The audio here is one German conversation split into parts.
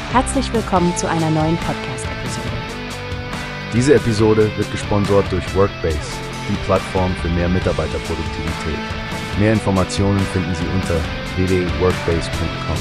Herzlich willkommen zu einer neuen Podcast-Episode. Diese Episode wird gesponsert durch Workbase, die Plattform für mehr Mitarbeiterproduktivität. Mehr Informationen finden Sie unter www.workbase.com.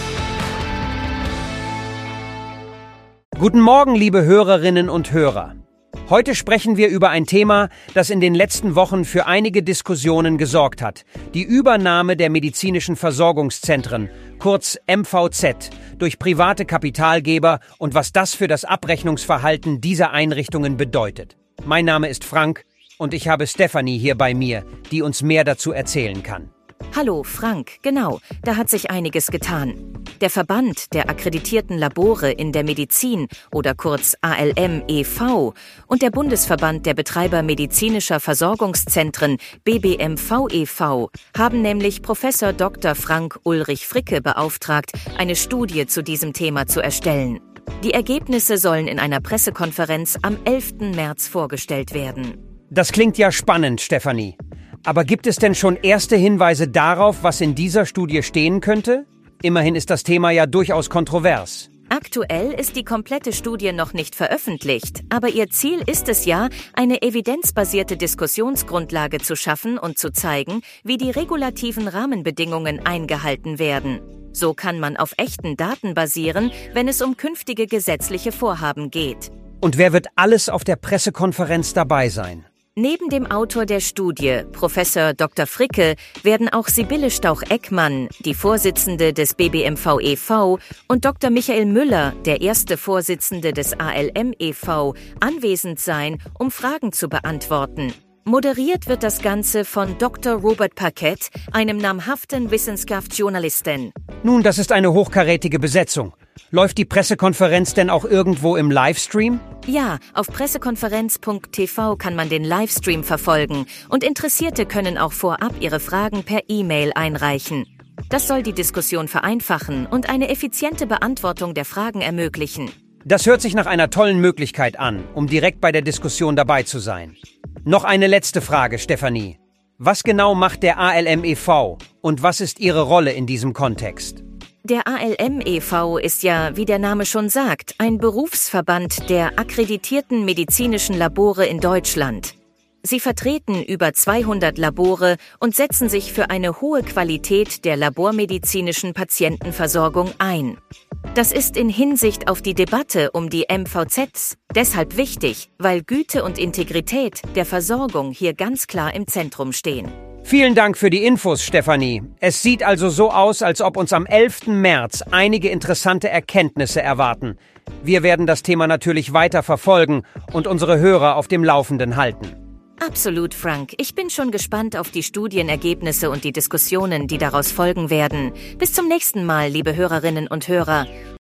Guten Morgen, liebe Hörerinnen und Hörer. Heute sprechen wir über ein Thema, das in den letzten Wochen für einige Diskussionen gesorgt hat. Die Übernahme der medizinischen Versorgungszentren, kurz MVZ, durch private Kapitalgeber und was das für das Abrechnungsverhalten dieser Einrichtungen bedeutet. Mein Name ist Frank und ich habe Stefanie hier bei mir, die uns mehr dazu erzählen kann. Hallo, Frank, genau, da hat sich einiges getan. Der Verband der akkreditierten Labore in der Medizin oder kurz ALM e.V. und der Bundesverband der Betreiber medizinischer Versorgungszentren BBMV e.V. haben nämlich Professor Dr. Frank Ulrich Fricke beauftragt, eine Studie zu diesem Thema zu erstellen. Die Ergebnisse sollen in einer Pressekonferenz am 11. März vorgestellt werden. Das klingt ja spannend, Stefanie. Aber gibt es denn schon erste Hinweise darauf, was in dieser Studie stehen könnte? Immerhin ist das Thema ja durchaus kontrovers. Aktuell ist die komplette Studie noch nicht veröffentlicht, aber ihr Ziel ist es ja, eine evidenzbasierte Diskussionsgrundlage zu schaffen und zu zeigen, wie die regulativen Rahmenbedingungen eingehalten werden. So kann man auf echten Daten basieren, wenn es um künftige gesetzliche Vorhaben geht. Und wer wird alles auf der Pressekonferenz dabei sein? Neben dem Autor der Studie, Professor Dr. Fricke, werden auch Sibylle Stauch-Eckmann, die Vorsitzende des BBMV e.V., und Dr. Michael Müller, der erste Vorsitzende des ALM e.V., anwesend sein, um Fragen zu beantworten. Moderiert wird das Ganze von Dr. Robert Paquette, einem namhaften Wissenschaftsjournalisten. Nun, das ist eine hochkarätige Besetzung. Läuft die Pressekonferenz denn auch irgendwo im Livestream? Ja, auf pressekonferenz.tv kann man den Livestream verfolgen und Interessierte können auch vorab ihre Fragen per E-Mail einreichen. Das soll die Diskussion vereinfachen und eine effiziente Beantwortung der Fragen ermöglichen. Das hört sich nach einer tollen Möglichkeit an, um direkt bei der Diskussion dabei zu sein. Noch eine letzte Frage, Stefanie. Was genau macht der ALM e.V. und was ist Ihre Rolle in diesem Kontext? Der ALM e.V. ist ja, wie der Name schon sagt, ein Berufsverband der akkreditierten medizinischen Labore in Deutschland. Sie vertreten über 200 Labore und setzen sich für eine hohe Qualität der labormedizinischen Patientenversorgung ein. Das ist in Hinsicht auf die Debatte um die MVZs deshalb wichtig, weil Güte und Integrität der Versorgung hier ganz klar im Zentrum stehen. Vielen Dank für die Infos, Stefanie. Es sieht also so aus, als ob uns am 11. März einige interessante Erkenntnisse erwarten. Wir werden das Thema natürlich weiter verfolgen und unsere Hörer auf dem Laufenden halten. Absolut, Frank. Ich bin schon gespannt auf die Studienergebnisse und die Diskussionen, die daraus folgen werden. Bis zum nächsten Mal, liebe Hörerinnen und Hörer.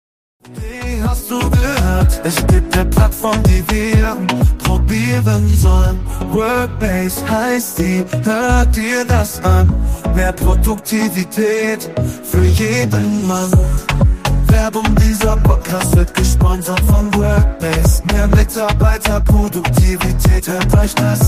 Wie hast du gehört? Es gibt eine Plattform, die wir probieren sollen. Workbase heißt die, hört dir das an. Mehr Produktivität für jeden Mann. Werbung, dieser Podcast wird gesponsert von Workbase. Mehr Mitarbeiterproduktivität, hört euch das